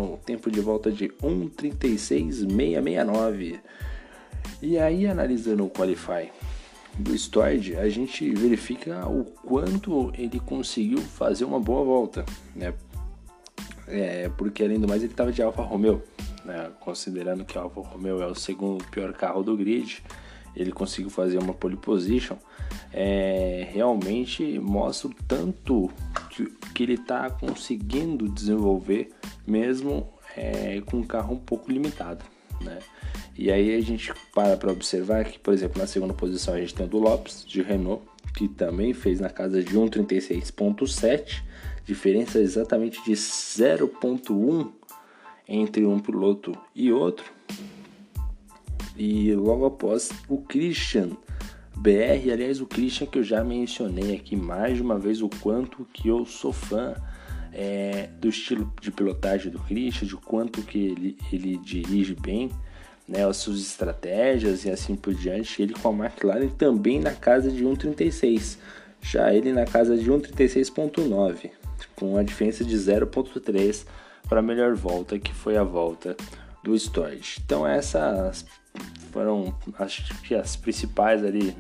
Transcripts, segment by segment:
o tempo de volta de 1:36.669. E aí, analisando o Qualify do Stewart, a gente verifica o quanto ele conseguiu fazer uma boa volta, né? Porque além do mais ele estava de Alfa Romeo, né? Considerando que a Alfa Romeo é o segundo pior carro do grid, ele conseguiu fazer uma pole position. Realmente mostra o tanto que ele está conseguindo desenvolver, mesmo com um carro um pouco limitado, né? E aí a gente para observar que, por exemplo, na segunda posição a gente tem o do Lopes, de Renault, que também fez na casa de 1:36.7, diferença exatamente de 0,1 entre um piloto e outro. E logo após o Christian BR, aliás, o Christian que eu já mencionei aqui mais de uma vez o quanto que eu sou fã do estilo de pilotagem do Christian, de quanto que ele dirige bem, né, as suas estratégias e assim por diante. Ele com a McLaren também na casa de 1:36, já ele na casa de 1:36.9, com a diferença de 0,3 para a melhor volta, que foi a volta do Stewart. Então essas foram, acho que as principais ali,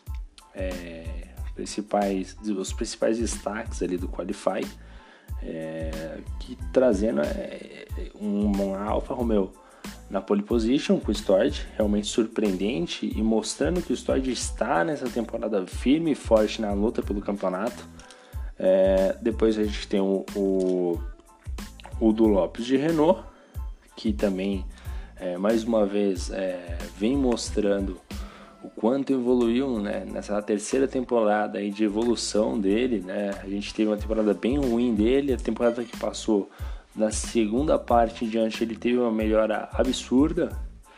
os principais destaques ali do Qualify, que trazendo uma Alfa Romeo na pole position com o Stewart, realmente surpreendente e mostrando que o Stewart está nessa temporada firme e forte na luta pelo campeonato. Depois a gente tem o do Lopes de Renault, que também mais uma vez vem mostrando o quanto evoluiu, né, nessa terceira temporada aí de evolução dele, né? A gente teve uma temporada bem ruim dele, a temporada que passou, na segunda parte em diante ele teve uma melhora absurda,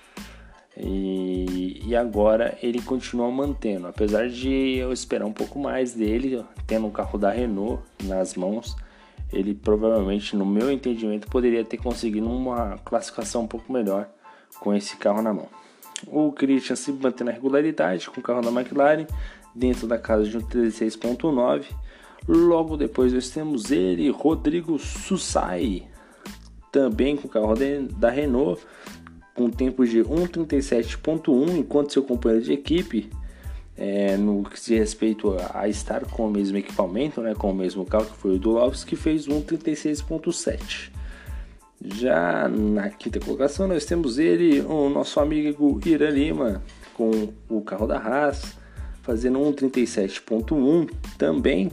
e agora ele continua mantendo, apesar de eu esperar um pouco mais dele, tendo um carro da Renault nas mãos. Ele provavelmente, no meu entendimento, poderia ter conseguido uma classificação um pouco melhor com esse carro na mão. O Christian se mantém na regularidade com o carro da McLaren, dentro da casa de 1:36.9. Logo depois nós temos ele, Rodrigo Sussai, também com o carro da Renault, com tempo de 1:37.1, enquanto seu companheiro de equipe, no que se respeito a estar com o mesmo equipamento, né, com o mesmo carro, que foi o do Lopes, que fez 1:36.7. Já na quinta colocação nós temos ele, o nosso amigo Ira Lima, com o carro da Haas, fazendo 1:37.1 também.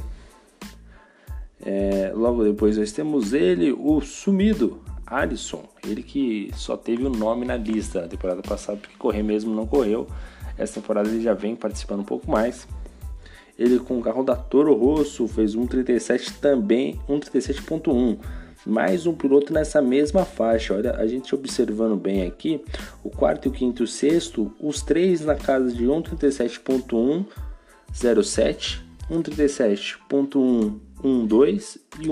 Logo depois nós temos ele, o sumido Alisson, ele que só teve o nome na lista na temporada passada, porque correr mesmo não correu. Essa temporada ele já vem participando um pouco mais. Ele com o carro da Toro Rosso fez 1:37 também, 1:37.1. Mais um piloto nessa mesma faixa. Olha, a gente observando bem aqui, o quarto, o quinto e o sexto, os três na casa de 1:37.107, 1:37.112 e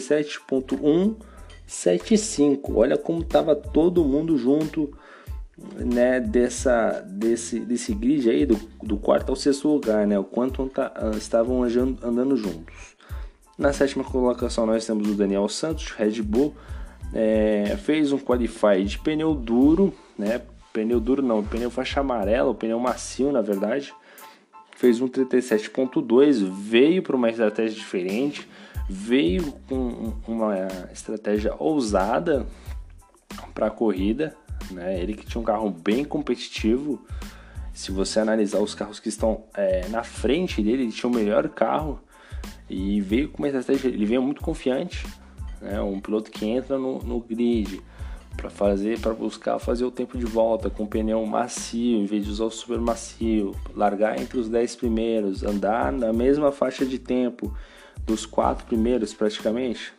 1:37.175. Olha como estava todo mundo junto, né, desse grid aí do quarto ao sexto lugar, né, o quanto estavam andando juntos. Na sétima colocação nós temos o Daniel Santos, Red Bull, fez um qualify de pneu duro, né, pneu faixa amarela, o pneu macio na verdade, fez um 37.2, veio para uma estratégia diferente, veio com uma estratégia ousada para a corrida, né? Ele que tinha um carro bem competitivo. Se você analisar os carros que estão na frente dele, ele tinha o melhor carro e veio com uma estratégia, ele veio muito confiante, né? Um piloto que entra no grid para buscar fazer o tempo de volta com pneu macio, em vez de usar o super macio, largar entre os 10 primeiros, andar na mesma faixa de tempo dos 4 primeiros praticamente,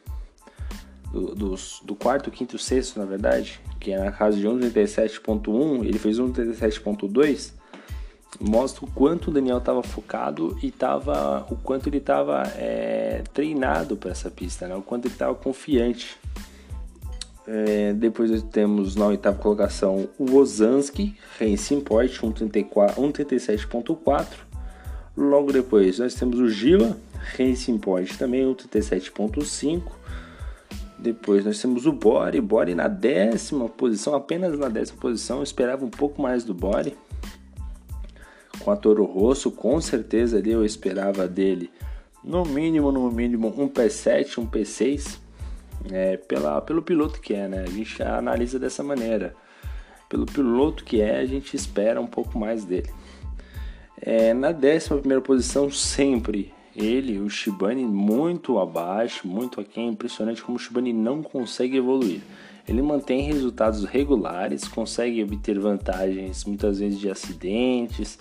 do quarto, quinto e sexto na verdade, que é na casa de 1:37.1, ele fez 1:37.2, mostra o quanto o Daniel estava focado e o quanto ele estava treinado para essa pista, né? O quanto ele estava confiante. Depois temos na oitava colocação o Ozanski, Racing Point, 1:37.4. Logo depois nós temos o Gila, Racing Point, também 1:37.5. Depois nós temos o Bore na 10ª posição, apenas na 10ª posição. Eu esperava um pouco mais do Bore. Com a Toro Rosso, com certeza ali eu esperava dele no mínimo um P7, um P6, pelo piloto que é, né? A gente analisa dessa maneira. Pelo piloto que é, a gente espera um pouco mais dele. Na 11ª posição, sempre ele, o Shibane, muito abaixo, muito aquém. Impressionante como o Shibane não consegue evoluir. Ele mantém resultados regulares, consegue obter vantagens muitas vezes de acidentes,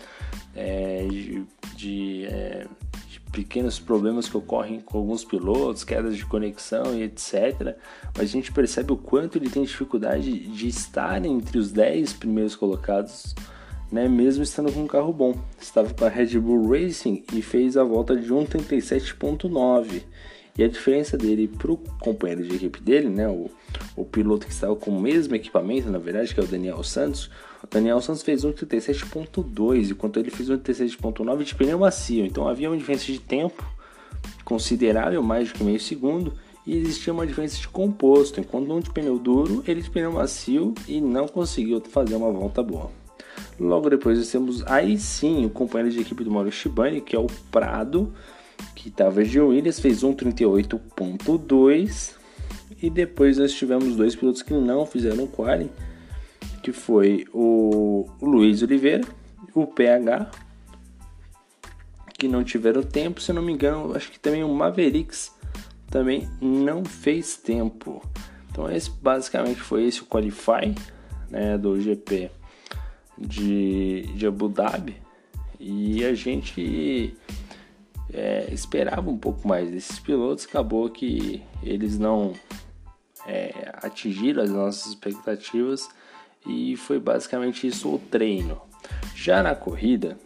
de pequenos problemas que ocorrem com alguns pilotos, quedas de conexão e etc. Mas a gente percebe o quanto ele tem dificuldade de estar entre os 10 primeiros colocados, né, mesmo estando com um carro bom. Estava com a Red Bull Racing e fez a volta de 1:37.9. E a diferença dele para o companheiro de equipe dele, né, o piloto que estava com o mesmo equipamento, na verdade, que é o Daniel Santos. O Daniel Santos fez 1:37.2, enquanto ele fez 1:37.9 de pneu macio. Então havia uma diferença de tempo considerável, mais do que meio segundo, e existia uma diferença de composto. Enquanto um de pneu duro, ele de pneu macio e não conseguiu fazer uma volta boa. Logo depois nós temos aí sim o companheiro de equipe do Maurício Shibane, que é o Prado, que estava de Williams, fez 1:38.2. E depois nós tivemos dois pilotos que não fizeram quali, que foi o Luiz Oliveira, o PH, que não tiveram tempo. Se eu não me engano, acho que também o Mavericks também não fez tempo. Então basicamente foi esse o Qualify, né, do GP de Abu Dhabi. E a gente esperava um pouco mais desses pilotos. Acabou que eles não atingiram as nossas expectativas, e foi basicamente isso o treino. Já na corrida,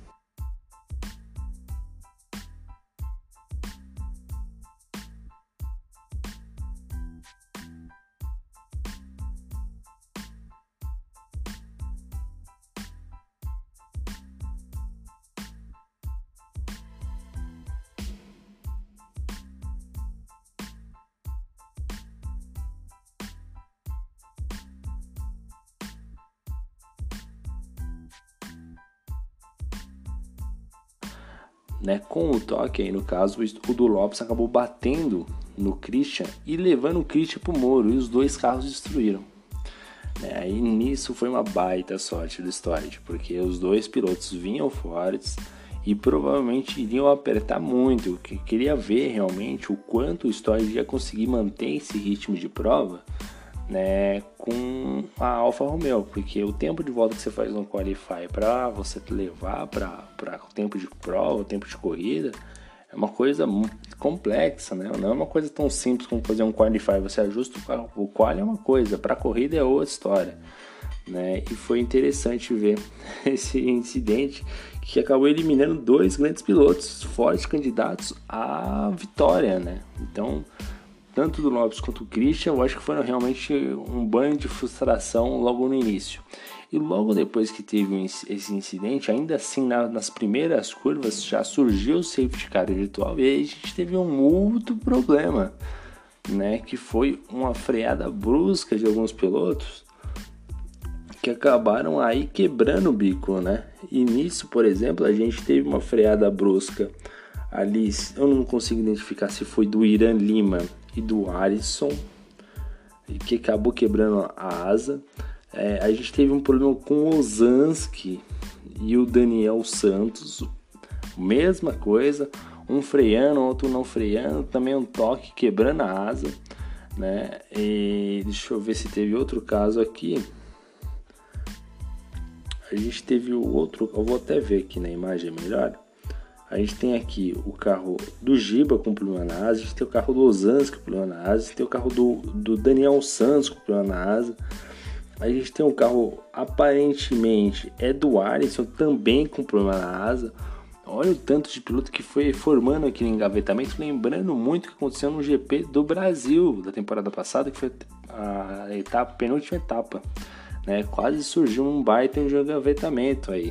né, com o toque aí, no caso, o do Lopes acabou batendo no Christian e levando o Christian pro muro, e os dois carros destruíram. Aí nisso foi uma baita sorte do Stewart, porque os dois pilotos vinham fortes e provavelmente iriam apertar muito. Eu queria ver realmente o quanto o Stewart ia conseguir manter esse ritmo de prova, né, com a Alfa Romeo, porque o tempo de volta que você faz no Qualify para você levar para o tempo de prova, o tempo de corrida, é uma coisa complexa, né? Não é uma coisa tão simples como fazer um Qualify. Você ajusta o Quali, é uma coisa, para a corrida é outra história, né? E foi interessante ver esse incidente que acabou eliminando dois grandes pilotos, fortes candidatos à vitória, né? Então, tanto do Lopes quanto do Christian, eu acho que foram realmente um banho de frustração logo no início. E logo depois que teve esse incidente, ainda assim nas primeiras curvas já surgiu o safety car virtual, e aí a gente teve um outro problema, né, que foi uma freada brusca de alguns pilotos que acabaram aí quebrando o bico, né? E nisso, por exemplo, a gente teve uma freada brusca ali, eu não consigo identificar se foi do Irã Lima e do Alisson, que acabou quebrando a asa. A gente teve um problema com o Ozanski e o Daniel Santos, mesma coisa, um freando, outro não freando, também um toque quebrando a asa, né? E deixa eu ver se teve outro caso aqui. A gente teve o outro, eu vou até ver aqui na imagem melhor. A gente tem aqui o carro do Giba com problema na asa, a gente tem o carro do Ozanski com problema na asa, a gente tem o carro do Daniel Santos com problema na asa, a gente tem um carro aparentemente do Alisson também com problema na asa. Olha o tanto de piloto que foi formando aqui no engavetamento, lembrando muito o que aconteceu no GP do Brasil da temporada passada, que foi a penúltima etapa, né? Quase surgiu um baita de engavetamento aí.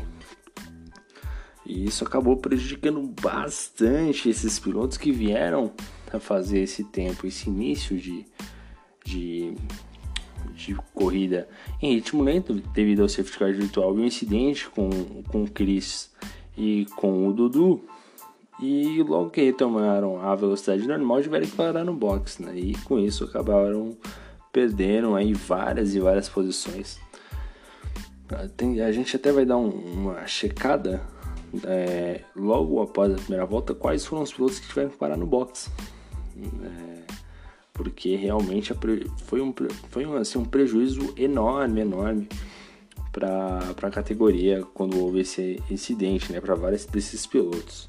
E isso acabou prejudicando bastante esses pilotos que vieram a fazer esse tempo, esse início de corrida em ritmo lento devido ao safety car virtual e um incidente com o Chris e com o Dudu, e logo que retomaram a velocidade normal tiveram que parar no box, né? E com isso acabaram perdendo aí várias e várias posições. A gente até vai dar uma checada logo após a primeira volta quais foram os pilotos que tiveram que parar no box, porque realmente foi um prejuízo enorme para a categoria quando houve esse incidente, né, para vários desses pilotos.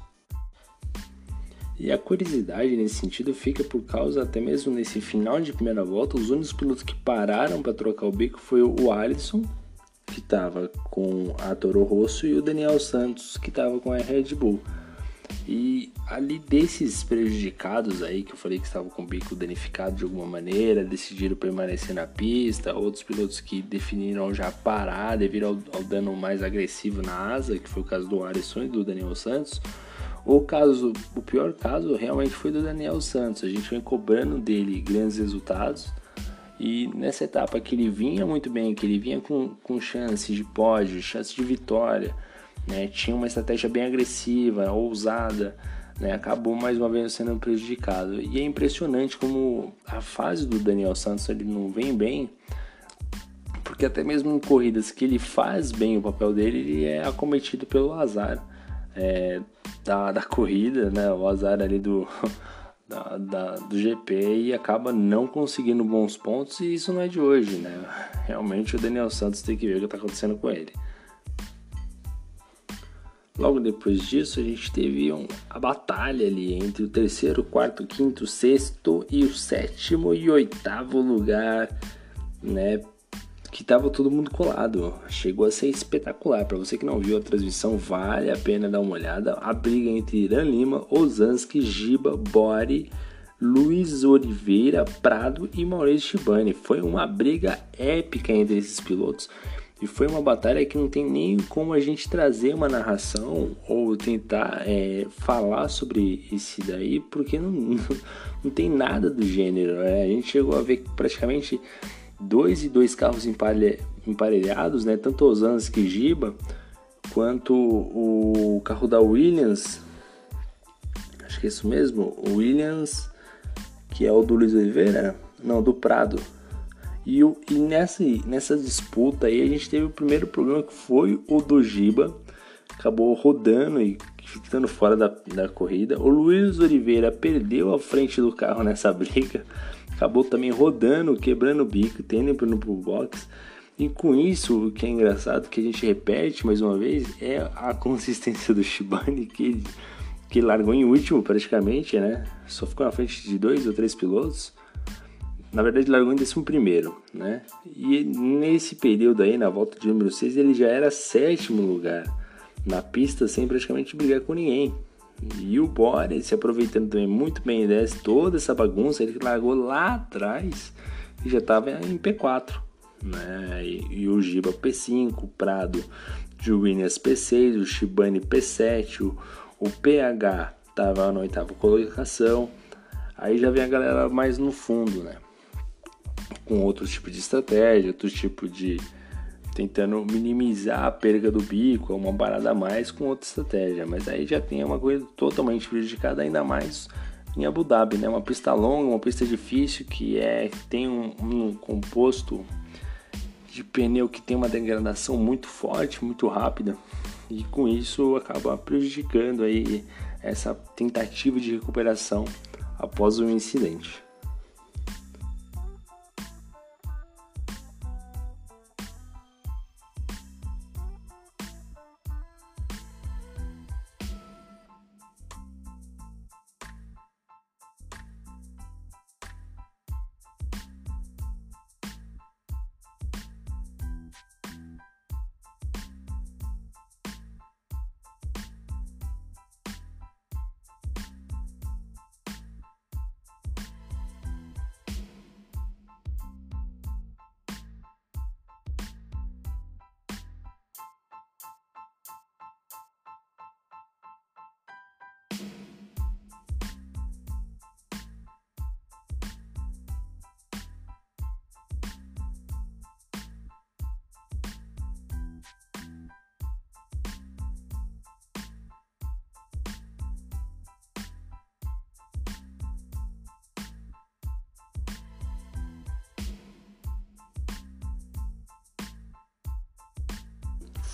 E a curiosidade nesse sentido fica por causa, até mesmo nesse final de primeira volta, os únicos pilotos que pararam para trocar o bico foi o Alisson, que estava com a Toro Rosso, e o Daniel Santos, que estava com a Red Bull. E ali desses prejudicados aí, que eu falei que estavam com o bico danificado de alguma maneira, decidiram permanecer na pista, outros pilotos que definiram já parar devido ao dano mais agressivo na asa, que foi o caso do Alisson e do Daniel Santos. O pior caso realmente foi do Daniel Santos. A gente vem cobrando dele grandes resultados, e nessa etapa que ele vinha muito bem, que ele vinha com chance de pódio, chance de vitória, né? Tinha uma estratégia bem agressiva, ousada, né? Acabou mais uma vez sendo prejudicado. E é impressionante como a fase do Daniel Santos ele não vem bem, porque até mesmo em corridas que ele faz bem o papel dele, ele é acometido pelo azar da corrida, né? O azar ali do GP, e acaba não conseguindo bons pontos, e isso não é de hoje, né? Realmente o Daniel Santos tem que ver o que está acontecendo com ele. Logo depois disso, a gente teve a batalha ali entre o terceiro, quarto, quinto, sexto e o sétimo e oitavo lugar, né? Que tava todo mundo colado. Chegou a ser espetacular. Para você que não viu a transmissão, vale a pena dar uma olhada. A briga entre Irã Lima, Ozanski, Giba, Bori, Luiz Oliveira, Prado e Maurício Shibani. Foi uma briga épica entre esses pilotos. E foi uma batalha que não tem nem como a gente trazer uma narração ou tentar falar sobre esse daí, porque não tem nada do gênero, né? A gente chegou a ver praticamente 2 carros emparelhados, né? Tanto Ozanski e Giba, quanto o carro da Williams, acho que é isso mesmo, o Williams, que é o do Luiz Oliveira, não, do Prado. E nessa disputa aí a gente teve o primeiro problema, que foi o do Giba, acabou rodando e ficando fora da corrida. O Luiz Oliveira perdeu a frente do carro nessa briga, acabou também rodando, quebrando o bico, tendo para ir pro box. E com isso, o que é engraçado, que a gente repete mais uma vez, é a consistência do Shibani, que largou em último praticamente, né? Só ficou na frente de 2 ou 3 pilotos. Na verdade, largou em 11º, né? E nesse período aí, na volta de número 6, ele já era 7º lugar na pista, sem praticamente brigar com ninguém. E o Bora, se aproveitando também muito bem toda essa bagunça, ele largou lá atrás e já estava em P4, né? E o Giba P5, o Prado de Williams P6, o Shibani P7, o PH estava na 8ª colocação. Aí já vem a galera mais no fundo, né? Com outro tipo de estratégia, outro tipo de... tentando minimizar a perda do bico, uma parada a mais com outra estratégia. Mas aí já tem uma coisa totalmente prejudicada, ainda mais em Abu Dhabi, né? Uma pista longa, uma pista difícil, que tem um composto de pneu que tem uma degradação muito forte, muito rápida, e com isso acaba prejudicando aí essa tentativa de recuperação após o incidente.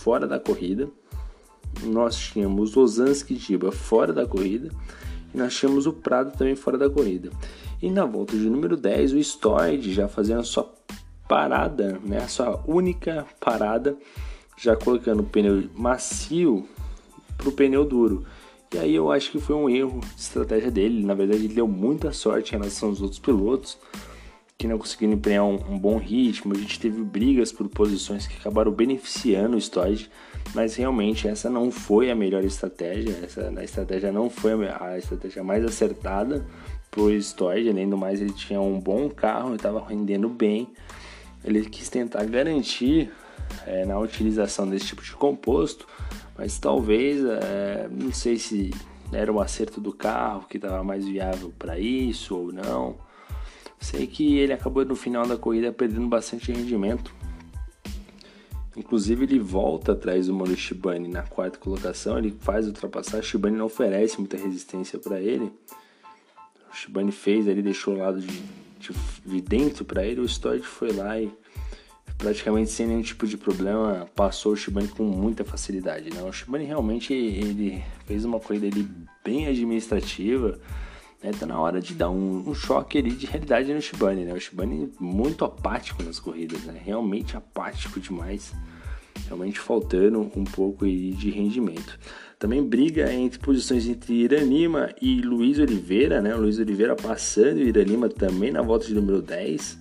fora da corrida, nós tínhamos Ozanski e Giba fora da corrida, e nós tínhamos o Prado também fora da corrida. E na volta de número 10, o Stoyd já fazendo a sua parada, né, a sua única parada, já colocando o pneu macio para o pneu duro. E aí eu acho que foi um erro de estratégia dele. Na verdade, ele deu muita sorte em relação aos outros pilotos que não conseguiram empenhar um bom ritmo. A gente teve brigas por posições que acabaram beneficiando o Stoyd, mas realmente essa não foi a melhor estratégia. Essa estratégia não foi a estratégia mais acertada para o Stoyd. Além do mais, ele tinha um bom carro, estava rendendo bem. Ele quis tentar garantir na utilização desse tipo de composto, mas talvez, não sei se era o acerto do carro que estava mais viável para isso ou não. Sei que ele acabou no final da corrida perdendo bastante rendimento. Inclusive ele volta atrás do Mauro Shibane na quarta colocação, ele faz ultrapassar, o Shibane não oferece muita resistência para ele. O Shibane fez, ele deixou o lado de dentro para ele, o Stoyd foi lá e praticamente sem nenhum tipo de problema passou o Shibane com muita facilidade, né? O Shibane realmente ele fez uma corrida bem administrativa, né? Tá na hora de dar um choque ali de realidade no Shibane, né? O Shibane muito apático nas corridas, né? Realmente apático demais, realmente faltando um pouco aí de rendimento. Também briga entre posições entre Iran Lima e Luiz Oliveira, né? O Luiz Oliveira passando e o Iran Lima também na volta de número 10.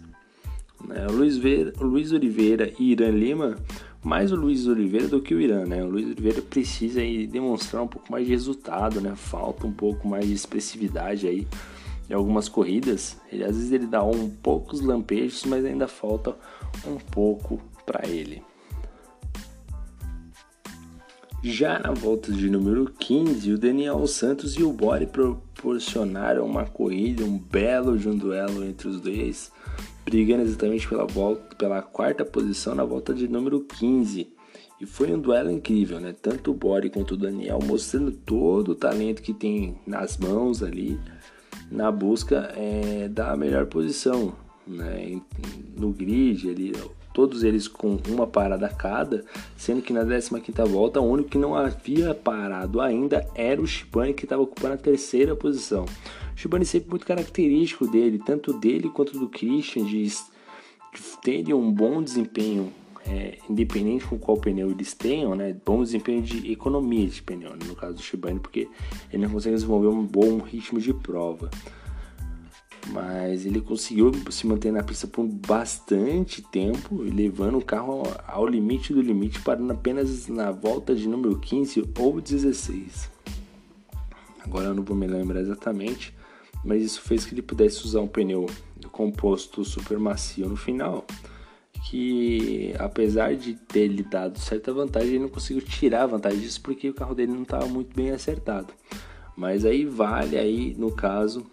O Luiz Oliveira e Iran Lima, mais o Luiz Oliveira do que o Iran, né? O Luiz Oliveira precisa aí demonstrar um pouco mais de resultado, né? Falta um pouco mais de expressividade aí em algumas corridas. Às vezes ele dá poucos lampejos, mas ainda falta um pouco para ele. Já na volta de número 15, o Daniel Santos e o Bori proporcionaram uma corrida, um belo de um duelo entre os dois, brigando exatamente pela quarta posição na volta de número 15. E foi um duelo incrível, né? Tanto o Bori quanto o Daniel mostrando todo o talento que tem nas mãos ali, na busca da melhor posição, né? No grid ali, todos eles com uma parada cada, sendo que na 15ª volta o único que não havia parado ainda era o Shibane, que estava ocupando a terceira posição. O Shibane sempre muito característico dele, tanto dele quanto do Christian, de terem um bom desempenho, independente com qual pneu eles tenham, né? Bom desempenho de economia de pneu, né? No caso do Shibane, porque ele não consegue desenvolver um bom ritmo de prova. Mas ele conseguiu se manter na pista por bastante tempo, levando o carro ao limite do limite, parando apenas na volta de número 15 ou 16. Agora eu não vou me lembrar exatamente, mas isso fez que ele pudesse usar um pneu composto super macio no final, que apesar de ter lhe dado certa vantagem, ele não conseguiu tirar a vantagem disso porque o carro dele não estava muito bem acertado. Mas aí vale aí, no caso,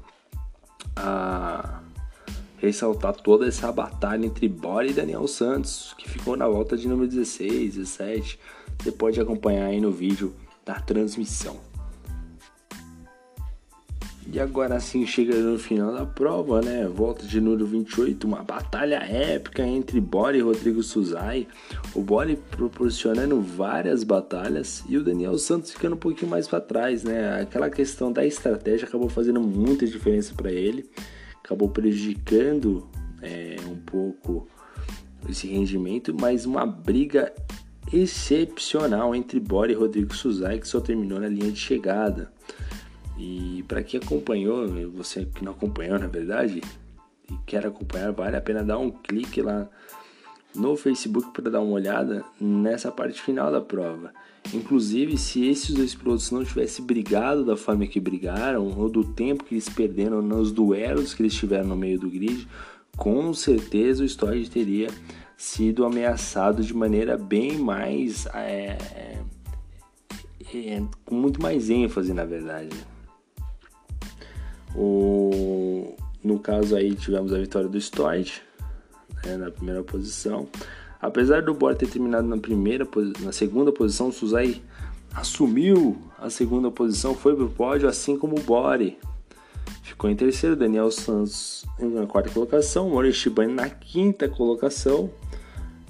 a ressaltar toda essa batalha entre Bori e Daniel Santos, que ficou na volta de número 16, 17. Você pode acompanhar aí no vídeo da transmissão. E agora sim chega no final da prova, né? Volta de número 28, uma batalha épica entre Bori e Rodrigo Suzai. O Bori proporcionando várias batalhas e o Daniel Santos ficando um pouquinho mais para trás, né? Aquela questão da estratégia acabou fazendo muita diferença para ele, acabou prejudicando um pouco esse rendimento, mas uma briga excepcional entre Bori e Rodrigo Suzai, que só terminou na linha de chegada. E para quem acompanhou, você que não acompanhou na verdade e quer acompanhar, vale a pena dar um clique lá no Facebook para dar uma olhada nessa parte final da prova. Inclusive, se esses dois pilotos não tivessem brigado da forma que brigaram, ou do tempo que eles perderam nos duelos que eles tiveram no meio do grid, com certeza o Stoyd teria sido ameaçado de maneira bem mais com muito mais ênfase, na verdade. No caso aí tivemos a vitória do Stoyd, né, na primeira posição. Apesar do Bori ter terminado na segunda posição, o Suzai assumiu a segunda posição, foi pro pódio, assim como o Bori. Ficou em terceiro, Daniel Santos na quarta colocação, Mauro Shibane na quinta colocação.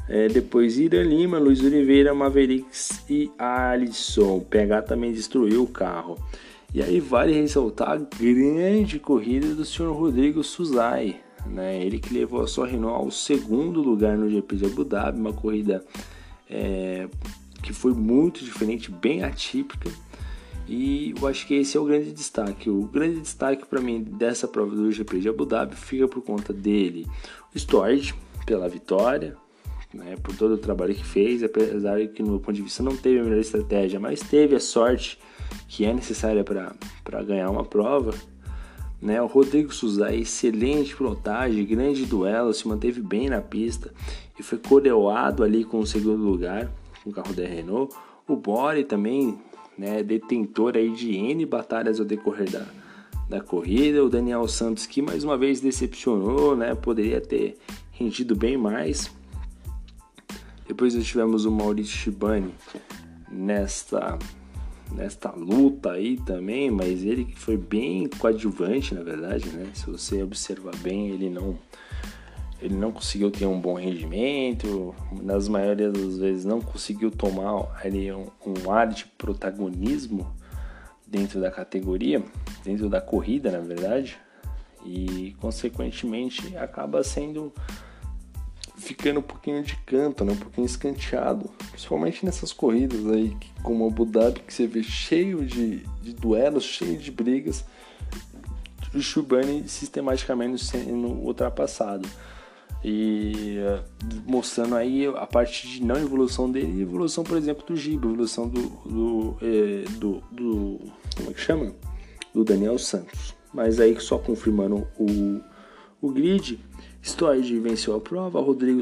Depois Irã Lima, Luiz Oliveira, Mavericks e Alisson. PH também destruiu o carro. E aí vale ressaltar a grande corrida do senhor Rodrigo Suzai, né? Ele que levou a sua Renault ao segundo lugar no GP de Abu Dhabi, uma corrida que foi muito diferente, bem atípica. E eu acho que esse é o grande destaque. O grande destaque para mim dessa prova do GP de Abu Dhabi fica por conta dele. O Stewart, pela vitória, né, por todo o trabalho que fez, apesar que no meu ponto de vista não teve a melhor estratégia, mas teve a sorte que é necessária para ganhar uma prova. Né? O Rodrigo Suzai, excelente pilotagem, grande duelo, se manteve bem na pista e foi coroado ali com o segundo lugar com o carro da Renault. O Bori também, né, detentor aí de N batalhas ao decorrer da corrida. O Daniel Santos, que mais uma vez decepcionou, né, poderia ter rendido bem mais. Depois nós tivemos o Maurício Shibani nesta luta aí também, mas ele que foi bem coadjuvante, na verdade, né? Se você observar bem, ele não conseguiu ter um bom rendimento, nas maioria das vezes não conseguiu tomar ali um ar de protagonismo dentro da categoria, dentro da corrida, na verdade, e consequentemente acaba ficando um pouquinho de canto, né? Um pouquinho escanteado, principalmente nessas corridas aí como Abu Dhabi, que você vê cheio de duelos, cheio de brigas, o Shibani sistematicamente sendo ultrapassado. E mostrando aí a parte de não evolução dele, evolução, por exemplo, do Giba, evolução do como é que chama? Do Daniel Santos. Mas aí só confirmando o grid, Stewart venceu a prova, Rodrigo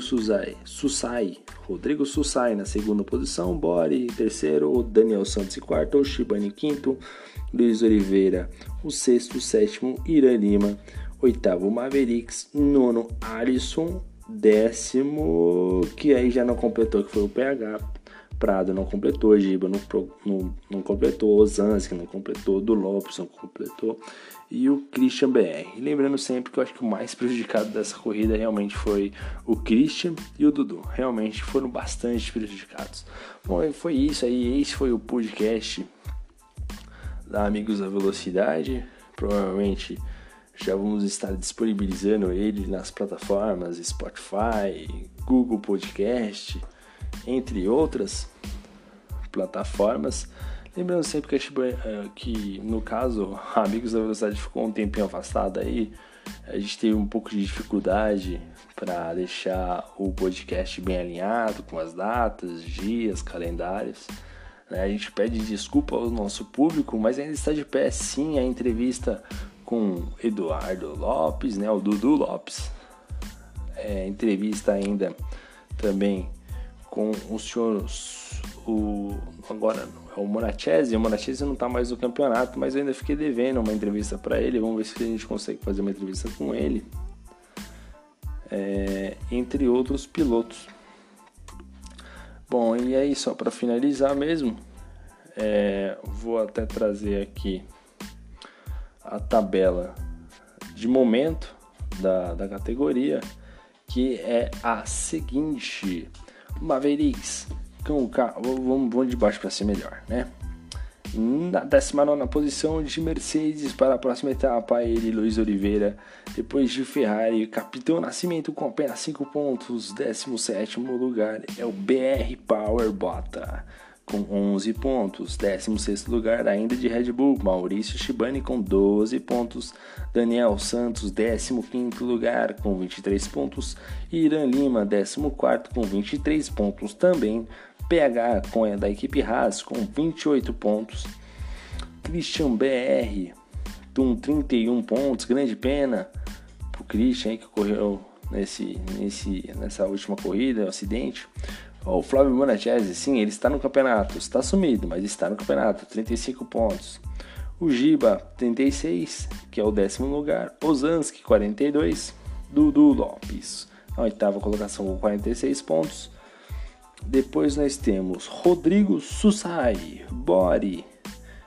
Suzai na segunda posição, Bori em terceiro, o Daniel Santos em quarto, o Shibani em quinto, Luiz Oliveira o sexto, sétimo, Irã Lima, oitavo, Mavericks, nono, Alisson, décimo, que aí já não completou, que foi o PH, Prado não completou, Giba não completou, Ozanski não completou, do Lopes não completou e o Christian BR. Lembrando sempre que eu acho que o mais prejudicado dessa corrida realmente foi o Christian e o Dudu. Realmente foram bastante prejudicados. Bom, foi isso aí. Esse foi o podcast da Amigos da Velocidade. Provavelmente já vamos estar disponibilizando ele nas plataformas Spotify, Google Podcast, entre outras plataformas. Lembrando sempre que no caso, Amigos da Velocidade ficou um tempinho afastado aí, a gente teve um pouco de dificuldade para deixar o podcast bem alinhado com as datas, dias, calendários. A gente pede desculpa ao nosso público, mas ainda está de pé sim a entrevista com Eduardo Lopes, né, o Dudu Lopes. Entrevista ainda também com o senhor, agora é o Monachese. O Monachese não está mais no campeonato, mas eu ainda fiquei devendo uma entrevista para ele. Vamos ver se a gente consegue fazer uma entrevista com ele, entre outros pilotos. Bom, e aí só para finalizar mesmo, vou até trazer aqui a tabela de momento da categoria, que é a seguinte: Mavericks, vamos de baixo para ser melhor, né? Na 19ª posição de Mercedes para a próxima etapa, ele, Luiz Oliveira. Depois de Ferrari, Capitão Nascimento com apenas 5 pontos. 17º lugar é o BR Power Bota com 11 pontos. 16º lugar ainda de Red Bull, Maurício Shibani com 12 pontos. Daniel Santos, 15º lugar com 23 pontos. Irã Lima, 14º com 23 pontos também. PH da equipe Haas com 28 pontos. Christian BR com 31 pontos. Grande pena pro Christian que correu nessa última corrida, acidente. O Flávio Monachese, sim, ele está no campeonato, está sumido, mas está no campeonato, 35 pontos. O Giba, 36, que é o 10º lugar. Ozanski, 42. Dudu Lopes, na 8ª colocação com 46 pontos. Depois nós temos Rodrigo Suzai, Bori,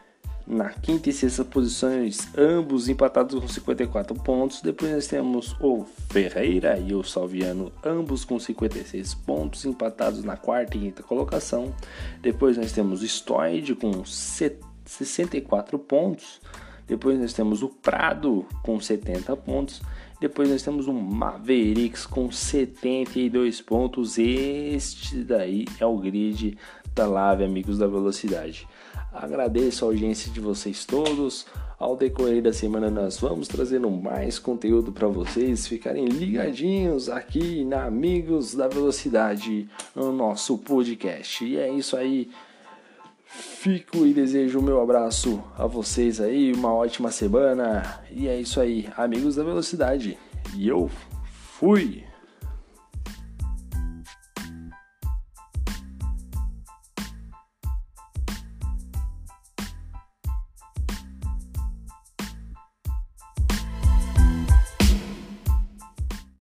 Na quinta e sexta posições, ambos empatados com 54 pontos. Depois nós temos o Ferreira e o Salviano, ambos com 56 pontos, empatados na quarta e quinta colocação. Depois nós temos o Stoid com 64 pontos. Depois nós temos o Prado com 70 pontos. Depois nós temos o Mavericks com 72 pontos. Este daí é o grid da Live, amigos da Velocidade. Agradeço a audiência de vocês todos. Ao decorrer da semana nós vamos trazendo mais conteúdo para vocês ficarem ligadinhos aqui na Amigos da Velocidade, no nosso podcast. E é isso aí. Fico e desejo o meu abraço a vocês aí, uma ótima semana. E é isso aí, Amigos da Velocidade. E eu fui!